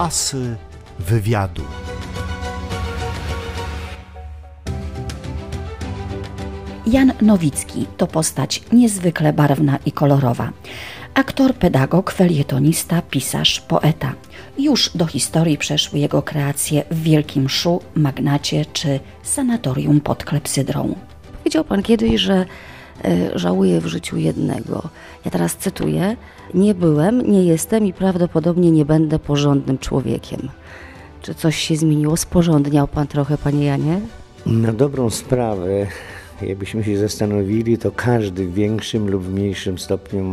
Asy wywiadu. Jan Nowicki to postać niezwykle barwna i kolorowa. Aktor, pedagog, felietonista, pisarz, poeta. Już do historii przeszły jego kreacje w Wielkim Mszu, Magnacie czy Sanatorium pod Klepsydrą. Powiedział pan kiedyś, że żałuję w życiu jednego. Ja teraz cytuję: nie byłem, nie jestem i prawdopodobnie nie będę porządnym człowiekiem. Czy coś się zmieniło? Sporządniał pan trochę, panie Janie? Na dobrą sprawę, jakbyśmy się zastanowili, to każdy w większym lub mniejszym stopniu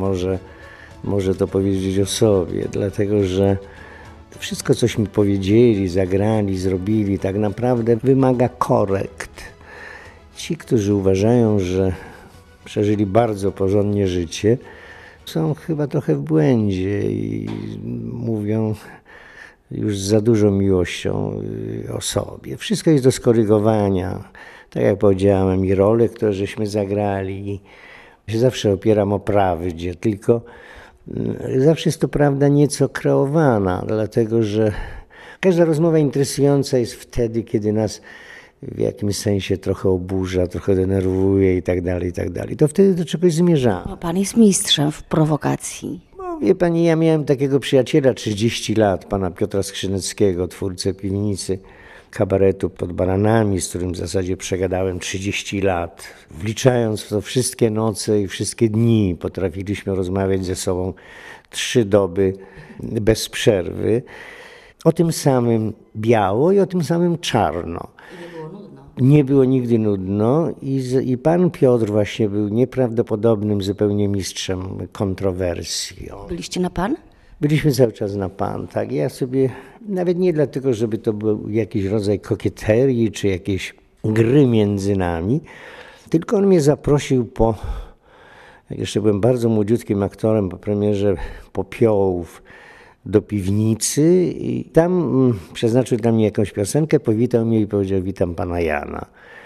może to powiedzieć o sobie, dlatego że wszystko, cośmy powiedzieli, zagrali, zrobili, tak naprawdę wymaga korekt. Ci, którzy uważają, że przeżyli bardzo porządnie życie, są chyba trochę w błędzie i mówią już z za dużą miłością o sobie. Wszystko jest do skorygowania. Tak jak powiedziałem, i role, które żeśmy zagrali. Ja zawsze opieram o prawdzie, tylko zawsze jest to prawda nieco kreowana, dlatego że każda rozmowa interesująca jest wtedy, kiedy nas w jakimś sensie trochę oburza, trochę denerwuje i tak dalej, i tak dalej. To wtedy do czegoś zmierzamy. No, pan jest mistrzem w prowokacji. No, wie pani, ja miałem takiego przyjaciela 30 lat, pana Piotra Skrzyneckiego, twórcę Piwnicy, kabaretu pod Baranami, z którym w zasadzie przegadałem 30 lat. Wliczając w to wszystkie noce i wszystkie dni, potrafiliśmy rozmawiać ze sobą 3 doby bez przerwy. O tym samym biało i o tym samym czarno. Nie było nigdy nudno i pan Piotr właśnie był nieprawdopodobnym zupełnie mistrzem kontrowersji. Byliście na pan? Byliśmy cały czas na pan, tak. Ja sobie, nawet nie dlatego, żeby to był jakiś rodzaj kokieterii czy jakiejś gry między nami, tylko on mnie zaprosił jak jeszcze byłem bardzo młodziutkim aktorem, po premierze Popiołów, do Piwnicy i tam przeznaczył dla mnie jakąś piosenkę, powitał mnie i powiedział: witam pana Jana.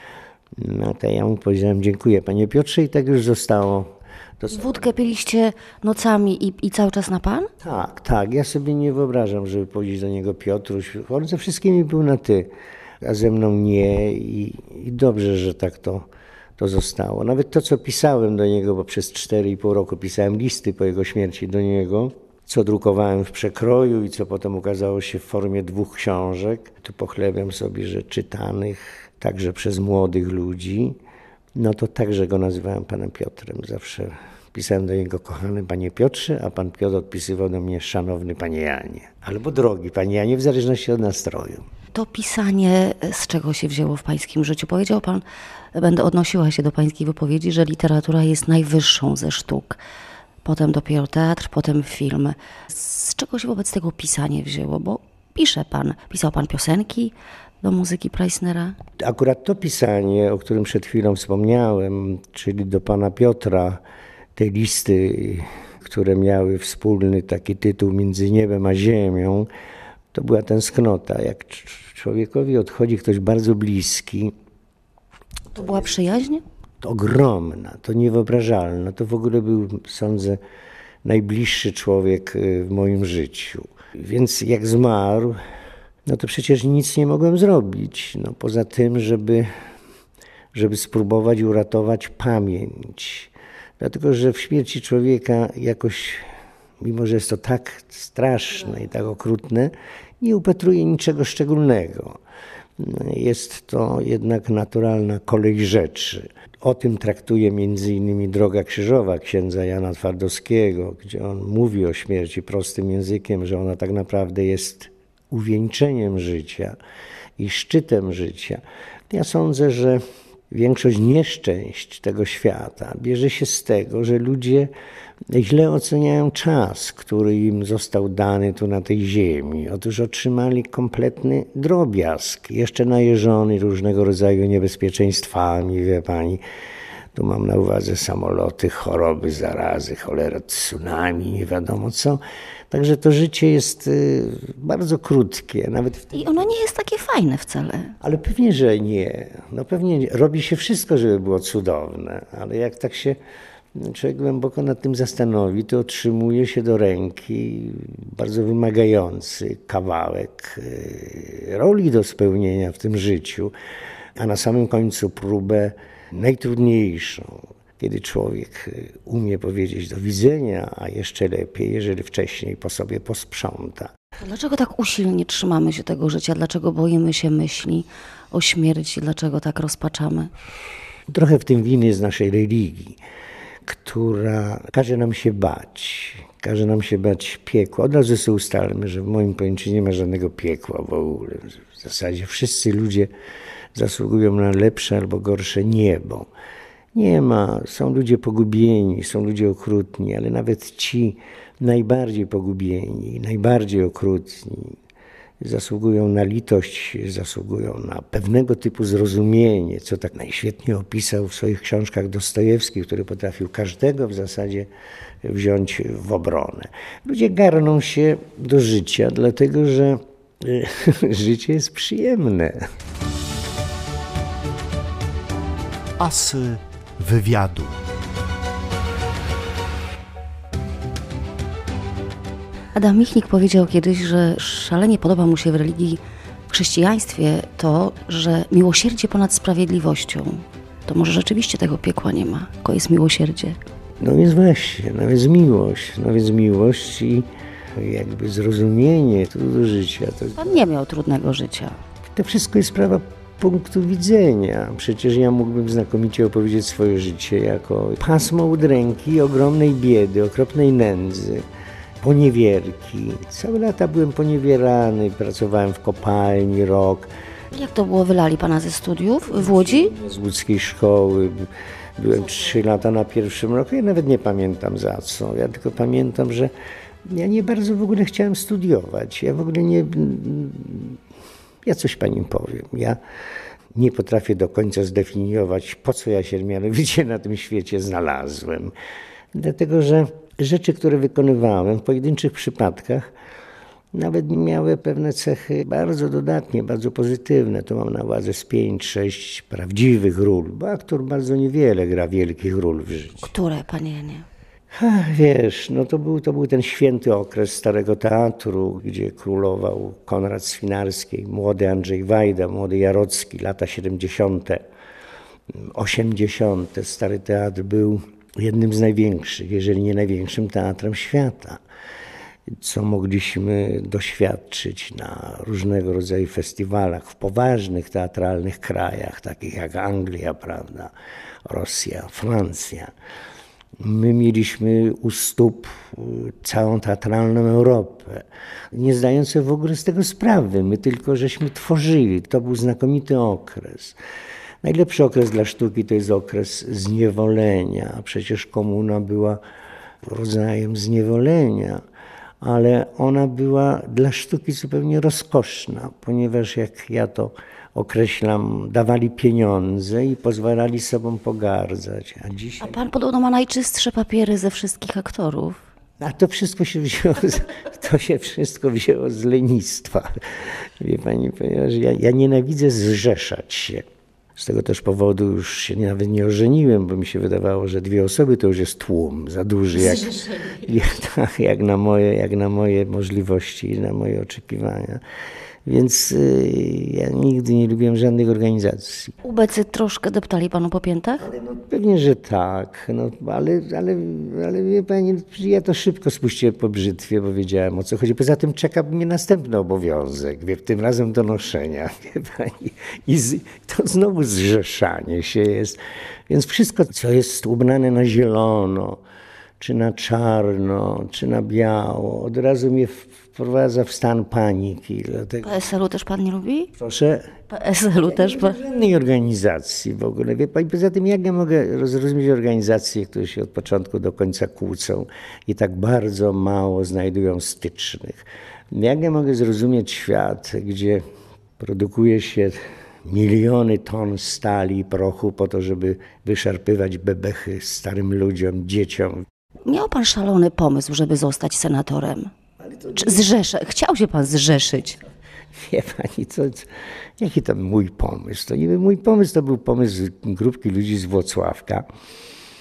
No to ja mu powiedziałem: dziękuję, panie Piotrze, i tak już zostało. Wódkę piliście nocami i cały czas na pan? Tak. Ja sobie nie wyobrażam, żeby powiedzieć do niego: Piotruś. On ze wszystkimi był na ty, a ze mną nie i dobrze, że tak to zostało. Nawet to, co pisałem do niego, bo przez 4,5 roku pisałem listy po jego śmierci do niego, co drukowałem w przekroju i co potem ukazało się w formie 2 książek. Tu pochlebiam sobie, że czytanych także przez młodych ludzi. No to także go nazywałem panem Piotrem. Zawsze pisałem do niego: kochany panie Piotrze, a pan Piotr odpisywał do mnie: szanowny panie Janie. Albo drogi panie Janie, w zależności od nastroju. To pisanie z czego się wzięło w pańskim życiu? Powiedział pan, będę odnosiła się do pańskiej wypowiedzi, że literatura jest najwyższą ze sztuk. Potem dopiero teatr, potem film. Z czego się wobec tego pisanie wzięło? Bo pisał pan piosenki do muzyki Preissnera? Akurat to pisanie, o którym przed chwilą wspomniałem, czyli do pana Piotra, te listy, które miały wspólny taki tytuł Między niebem a ziemią, to była tęsknota. Jak człowiekowi odchodzi ktoś bardzo bliski. To była przyjaźń? To ogromna, to niewyobrażalna. To w ogóle był, sądzę, najbliższy człowiek w moim życiu. Więc jak zmarł, no to przecież nic nie mogłem zrobić. No poza tym, żeby spróbować uratować pamięć. Dlatego, że w śmierci człowieka jakoś, mimo że jest to tak straszne i tak okrutne, nie upatruje niczego szczególnego. Jest to jednak naturalna kolej rzeczy. O tym traktuje m.in. Droga krzyżowa księdza Jana Twardowskiego, gdzie on mówi o śmierci prostym językiem, że ona tak naprawdę jest uwieńczeniem życia i szczytem życia. Ja sądzę, że większość nieszczęść tego świata bierze się z tego, że ludzie źle oceniają czas, który im został dany tu na tej ziemi. Otóż otrzymali kompletny drobiazg, jeszcze najeżony różnego rodzaju niebezpieczeństwami, wie pani. Tu mam na uwadze samoloty, choroby, zarazy, cholera, tsunami, nie wiadomo co. Także to życie jest bardzo krótkie. I ono nie jest takie fajne wcale. Ale pewnie, że nie. No pewnie robi się wszystko, żeby było cudowne, ale jak tak się człowiek głęboko nad tym zastanowi, to otrzymuje się do ręki bardzo wymagający kawałek roli do spełnienia w tym życiu, a na samym końcu próbę najtrudniejszą, kiedy człowiek umie powiedzieć do widzenia, a jeszcze lepiej, jeżeli wcześniej po sobie posprząta. Dlaczego tak usilnie trzymamy się tego życia? Dlaczego boimy się myśli o śmierci? Dlaczego tak rozpaczamy? Trochę w tym winy jest naszej religii, która każe nam się bać. Każe nam się bać piekła. Od razu sobie ustalmy, że w moim pojęciu nie ma żadnego piekła w ogóle. W zasadzie wszyscy ludzie zasługują na lepsze albo gorsze niebo. Nie ma. Są ludzie pogubieni, są ludzie okrutni, ale nawet ci najbardziej pogubieni, najbardziej okrutni zasługują na litość, zasługują na pewnego typu zrozumienie, co tak najświetniej opisał w swoich książkach Dostojewski, który potrafił każdego w zasadzie wziąć w obronę. Ludzie garną się do życia, dlatego że życie jest przyjemne. Asy wywiadu. Adam Michnik powiedział kiedyś, że szalenie podoba mu się w religii, w chrześcijaństwie to, że miłosierdzie ponad sprawiedliwością. To może rzeczywiście tego piekła nie ma, tylko jest miłosierdzie. No więc właśnie, no więc miłość i jakby zrozumienie trudu życia. Pan nie miał trudnego życia. To wszystko jest sprawa punktu widzenia. Przecież ja mógłbym znakomicie opowiedzieć swoje życie jako pasmo udręki, ogromnej biedy, okropnej nędzy, poniewierki. Całe lata byłem poniewierany, pracowałem w kopalni rok. Jak to było? Wylali pana ze studiów w Łodzi? Z łódzkiej szkoły. Byłem 3 lata na pierwszym roku. Ja nawet nie pamiętam za co. Ja tylko pamiętam, że ja nie bardzo w ogóle chciałem studiować. Ja w ogóle nie... Ja coś pani powiem. Ja nie potrafię do końca zdefiniować, po co ja się mianowicie na tym świecie znalazłem. Dlatego, że rzeczy, które wykonywałem w pojedynczych przypadkach, nawet miały pewne cechy bardzo dodatnie, bardzo pozytywne. Tu mam na uwadze z 5-6 prawdziwych ról, bo aktor bardzo niewiele gra wielkich ról w życiu. Które, panie Janie? Wiesz, no to był ten święty okres Starego Teatru, gdzie królował Konrad Swinarski, młody Andrzej Wajda, młody Jarocki, lata 70., 80. Stary Teatr był jednym z największych, jeżeli nie największym teatrem świata, co mogliśmy doświadczyć na różnego rodzaju festiwalach, w poważnych teatralnych krajach, takich jak Anglia, prawda, Rosja, Francja. My mieliśmy u stóp całą teatralną Europę, nie zdając sobie w ogóle z tego sprawy. My tylko żeśmy tworzyli. To był znakomity okres. Najlepszy okres dla sztuki to jest okres zniewolenia. Przecież komuna była rodzajem zniewolenia, ale ona była dla sztuki zupełnie rozkoszna, ponieważ jak ja to określam, dawali pieniądze i pozwalali sobą pogardzać. A dzisiaj... A pan podobno ma najczystsze papiery ze wszystkich aktorów. A to wszystko się wzięło, wszystko wzięło z lenistwa. Wie pani, ponieważ ja nienawidzę zrzeszać się. Z tego też powodu już się nawet nie ożeniłem, bo mi się wydawało, że 2 osoby to już jest tłum za duży, jak na moje możliwości i na moje oczekiwania. Więc ja nigdy nie lubiłem żadnych organizacji. Ubecy troszkę deptali panu po piętach? Pewnie, że tak, ale wie pani, ja to szybko spuściłem po brzytwie, bo wiedziałem, o co chodzi. Poza tym czeka mnie następny obowiązek, tym razem do noszenia, wie pani. To znowu zrzeszanie się jest. Więc wszystko, co jest ubrane na zielono, czy na czarno, czy na biało, od razu mnie wprowadza w stan paniki. Dlatego... PSL-u też pan nie lubi? Proszę? PSL-u też pan... Żadnej organizacji w ogóle. Wie pani, poza tym jak ja mogę zrozumieć organizacje, które się od początku do końca kłócą i tak bardzo mało znajdują stycznych? Jak ja mogę zrozumieć świat, gdzie produkuje się miliony ton stali i prochu po to, żeby wyszarpywać bebechy starym ludziom, dzieciom? Miał pan szalony pomysł, żeby zostać senatorem. Chciał się pan zrzeszyć. Wie pani, jaki to mój pomysł? To niby mój pomysł to był pomysł grupki ludzi z Włocławka,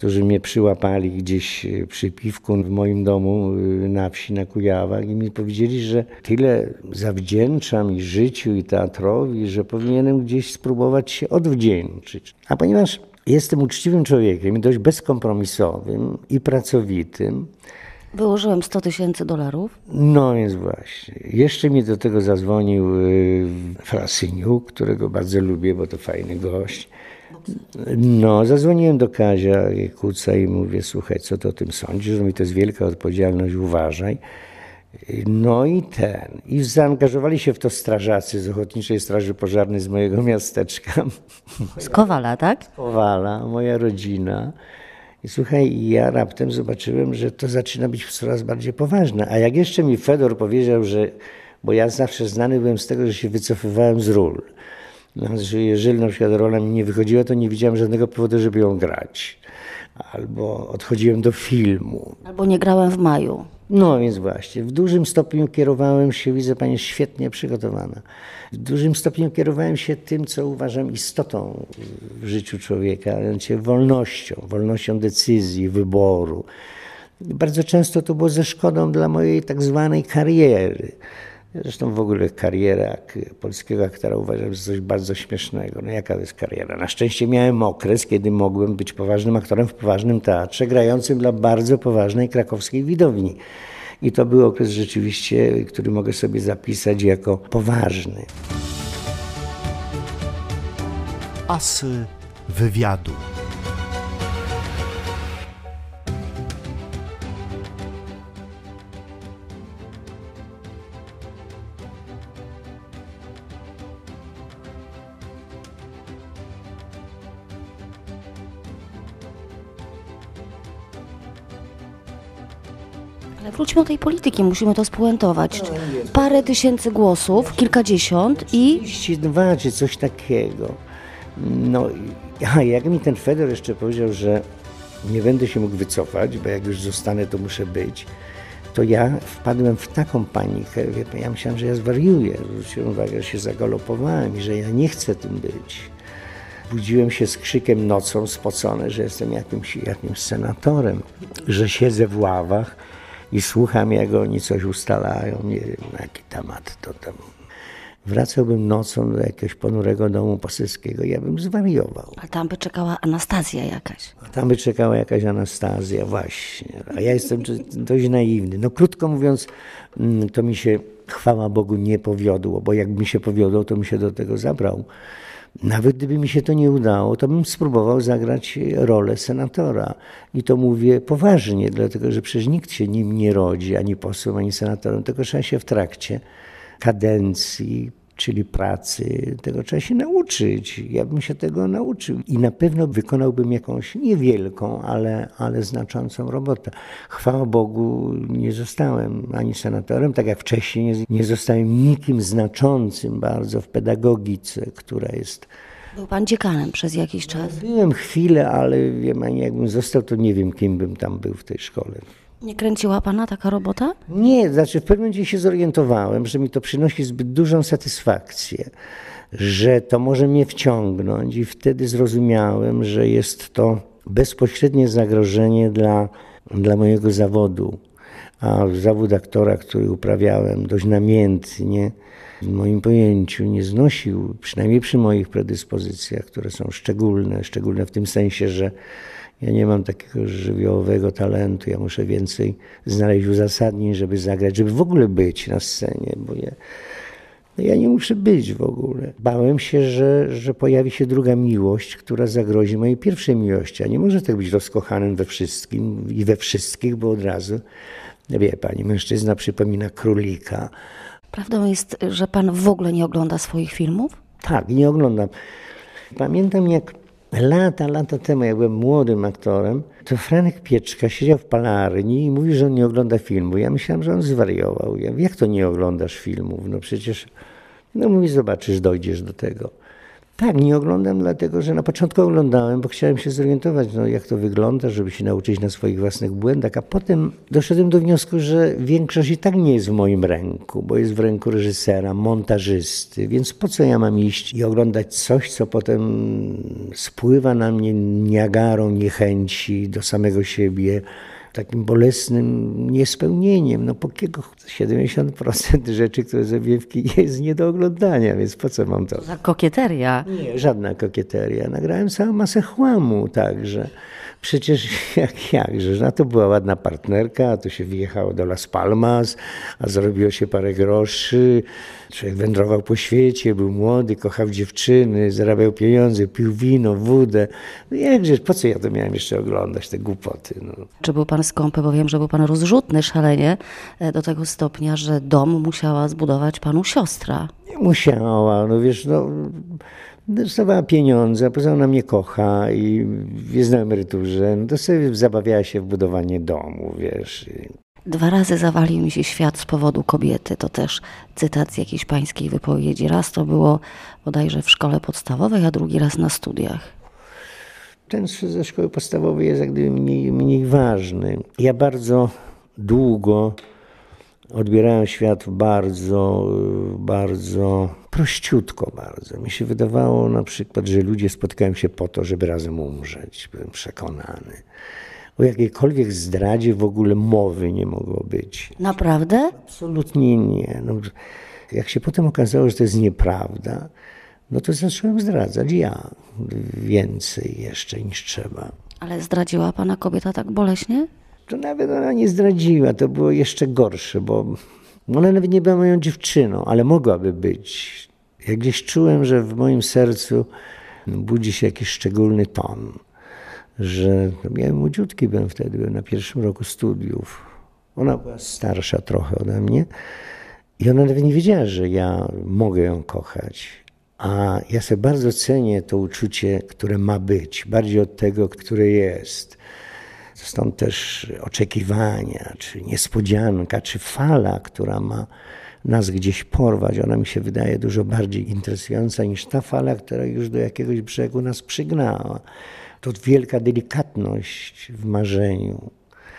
którzy mnie przyłapali gdzieś przy piwku w moim domu na wsi, na Kujawach i mi powiedzieli, że tyle zawdzięczam i życiu, i teatrowi, że powinienem gdzieś spróbować się odwdzięczyć. A ponieważ jestem uczciwym człowiekiem i dość bezkompromisowym i pracowitym, Wyłożyłem $100,000. no więc właśnie. Jeszcze mi do tego zadzwonił Frasyniuk, którego bardzo lubię, bo to fajny gość. No, zadzwoniłem do Kazia Kuca i mówię, słuchaj, co ty o tym sądzisz? Że mi to jest wielka odpowiedzialność, uważaj. No i zaangażowali się w to strażacy z Ochotniczej Straży Pożarnej z mojego miasteczka. Z Kowala, tak? Kowala, moja rodzina. I słuchaj, ja raptem zobaczyłem, że to zaczyna być coraz bardziej poważne. A jak jeszcze mi Fedor powiedział, że, bo ja zawsze znany byłem z tego, że się wycofywałem z ról. No, że jeżeli na przykład rola mi nie wychodziła, to nie widziałem żadnego powodu, żeby ją grać. Albo odchodziłem do filmu. Albo nie grałem w maju. No więc właśnie, w dużym stopniu kierowałem się, widzę, pani jest świetnie przygotowana, w dużym stopniu kierowałem się tym, co uważam istotą w życiu człowieka, a mianowicie wolnością decyzji, wyboru. Bardzo często to było ze szkodą dla mojej tak zwanej kariery. Zresztą w ogóle kariera polskiego aktora uważam za coś bardzo śmiesznego. No jaka to jest kariera? Na szczęście miałem okres, kiedy mogłem być poważnym aktorem w poważnym teatrze, grającym dla bardzo poważnej krakowskiej widowni. I to był okres rzeczywiście, który mogę sobie zapisać jako poważny. Asy wywiadu. Ale wróćmy do tej polityki, musimy to spuentować. Parę tysięcy głosów, kilkadziesiąt i... 32 czy coś takiego. No, a jak mi ten Fedor jeszcze powiedział, że nie będę się mógł wycofać, bo jak już zostanę, to muszę być, to ja wpadłem w taką panikę. Ja myślałem, że ja zwariuję. Zwróciłem uwagę, że się zagalopowałem i że ja nie chcę tym być. Budziłem się z krzykiem nocą, spocony, że jestem jakimś senatorem, że siedzę w ławach i słucham, jak oni coś ustalają, nie wiem, na jaki temat to tam. Wracałbym nocą do jakiegoś ponurego domu poselskiego, ja bym zwariował. A tam by czekała Anastazja jakaś. A tam by czekała jakaś Anastazja, właśnie. A ja jestem dość naiwny. No krótko mówiąc, to mi się, chwała Bogu, nie powiodło, bo jakby mi się powiodło, to bym się do tego zabrał. Nawet gdyby mi się to nie udało, to bym spróbował zagrać rolę senatora. I to mówię poważnie, dlatego że przecież nikt się nim nie rodzi, ani posłem, ani senatorem, tylko trzeba się w trakcie kadencji, czyli pracy, tego trzeba się nauczyć. Ja bym się tego nauczył i na pewno wykonałbym jakąś niewielką, ale znaczącą robotę. Chwała Bogu, nie zostałem ani senatorem, tak jak wcześniej nie zostałem nikim znaczącym bardzo w pedagogice, która jest... Był pan dziekanem przez jakiś czas. Byłem chwilę, ale wie pani, jakbym został, to nie wiem, kim bym tam był w tej szkole. Nie kręciła pana taka robota? Nie, znaczy w pewnym momencie się zorientowałem, że mi to przynosi zbyt dużą satysfakcję, że to może mnie wciągnąć i wtedy zrozumiałem, że jest to bezpośrednie zagrożenie dla mojego zawodu. A zawód aktora, który uprawiałem dość namiętnie, w moim pojęciu nie znosił, przynajmniej przy moich predyspozycjach, które są szczególne w tym sensie, że ja nie mam takiego żywiołowego talentu, ja muszę więcej znaleźć uzasadnień, żeby zagrać, żeby w ogóle być na scenie, bo ja nie muszę być w ogóle. Bałem się, że pojawi się druga miłość, która zagrozi mojej pierwszej miłości, a nie może tak być rozkochanym we wszystkim i we wszystkich, bo od razu, wie pani, mężczyzna przypomina królika. Prawdą jest, że pan w ogóle nie ogląda swoich filmów? Tak, nie oglądam. Pamiętam, jak lata temu, jak byłem młodym aktorem, to Franek Pieczka siedział w palarni i mówił, że on nie ogląda filmu. Ja myślałem, że on zwariował. Ja mówię, jak to nie oglądasz filmów? No przecież, no mówi, zobaczysz, dojdziesz do tego. Tak, nie oglądam dlatego, że na początku oglądałem, bo chciałem się zorientować, jak to wygląda, żeby się nauczyć na swoich własnych błędach, a potem doszedłem do wniosku, że większość i tak nie jest w moim ręku, bo jest w ręku reżysera, montażysty, więc po co ja mam iść i oglądać coś, co potem spływa na mnie Niagarą niechęci do samego siebie, takim bolesnym niespełnieniem. Po jakiego 70% rzeczy, które zrobię w kinie, jest nie do oglądania, więc po co mam to? Za kokieteria. Nie, żadna kokieteria. Nagrałem całą masę chłamu także. Przecież jakże, to była ładna partnerka, a tu się wyjechało do Las Palmas, a zrobiło się parę groszy. Człowiek wędrował po świecie, był młody, kochał dziewczyny, zarabiał pieniądze, pił wino, wódę. Jakże, po co ja to miałem jeszcze oglądać, te głupoty? Czy był pan skąpy, bo wiem, że był pan rozrzutny szalenie do tego stopnia, że dom musiała zbudować panu siostra. Nie musiała, dostawała pieniądze, a poza tym ona mnie kocha i jest na emeryturze, to sobie zabawiała się w budowanie domu, 2 razy zawalił mi się świat z powodu kobiety. To też cytat z jakiejś pańskiej wypowiedzi. Raz to było bodajże w szkole podstawowej, a drugi raz na studiach. Ten ze szkoły podstawowej jest jak gdyby mniej ważny. Ja bardzo długo odbierałem świat bardzo prościutko bardzo. Mi się wydawało na przykład, że ludzie spotykają się po to, żeby razem umrzeć. Byłem przekonany. O jakiejkolwiek zdradzie w ogóle mowy nie mogło być. Naprawdę? Absolutnie nie. Jak się potem okazało, że to jest nieprawda, to zacząłem zdradzać ja więcej jeszcze niż trzeba. Ale zdradziła pana kobieta tak boleśnie? To nawet ona nie zdradziła, to było jeszcze gorsze, bo ona nawet nie była moją dziewczyną, ale mogłaby być. Ja gdzieś czułem, że w moim sercu budzi się jakiś szczególny ton, że miałem młodziutki, byłem na 1. roku studiów. Ona była starsza trochę ode mnie i ona nawet nie wiedziała, że ja mogę ją kochać. A ja sobie bardzo cenię to uczucie, które ma być, bardziej od tego, które jest. Stąd też oczekiwania, czy niespodzianka, czy fala, która ma nas gdzieś porwać. Ona mi się wydaje dużo bardziej interesująca niż ta fala, która już do jakiegoś brzegu nas przygnała. To wielka delikatność w marzeniu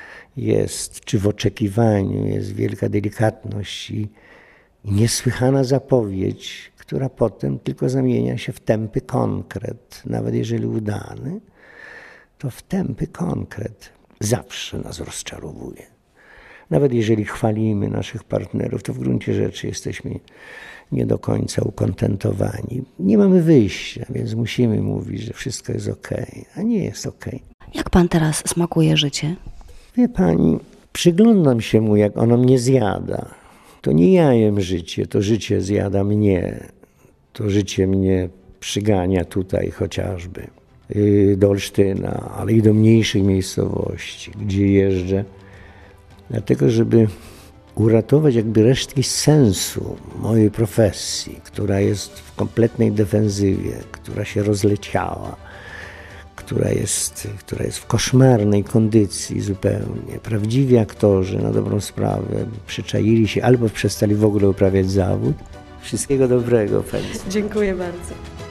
jest, czy w oczekiwaniu jest wielka delikatność i niesłychana zapowiedź, która potem tylko zamienia się w tępy konkret, nawet jeżeli udany. To w tępy konkret zawsze nas rozczarowuje. Nawet jeżeli chwalimy naszych partnerów, to w gruncie rzeczy jesteśmy nie do końca ukontentowani. Nie mamy wyjścia, więc musimy mówić, że wszystko jest okej, a nie jest okej. Jak pan teraz smakuje życie? Wie pani, przyglądam się mu, jak ono mnie zjada. To nie ja jem życie, to życie zjada mnie. To życie mnie przygania tutaj chociażby do Olsztyna, ale i do mniejszych miejscowości, gdzie jeżdżę, dlatego żeby uratować jakby resztki sensu mojej profesji, która jest w kompletnej defensywie, która się rozleciała, która jest w koszmarnej kondycji zupełnie. Prawdziwi aktorzy na dobrą sprawę przyczaili się albo przestali w ogóle uprawiać zawód. Wszystkiego dobrego, Państwu. Dziękuję bardzo.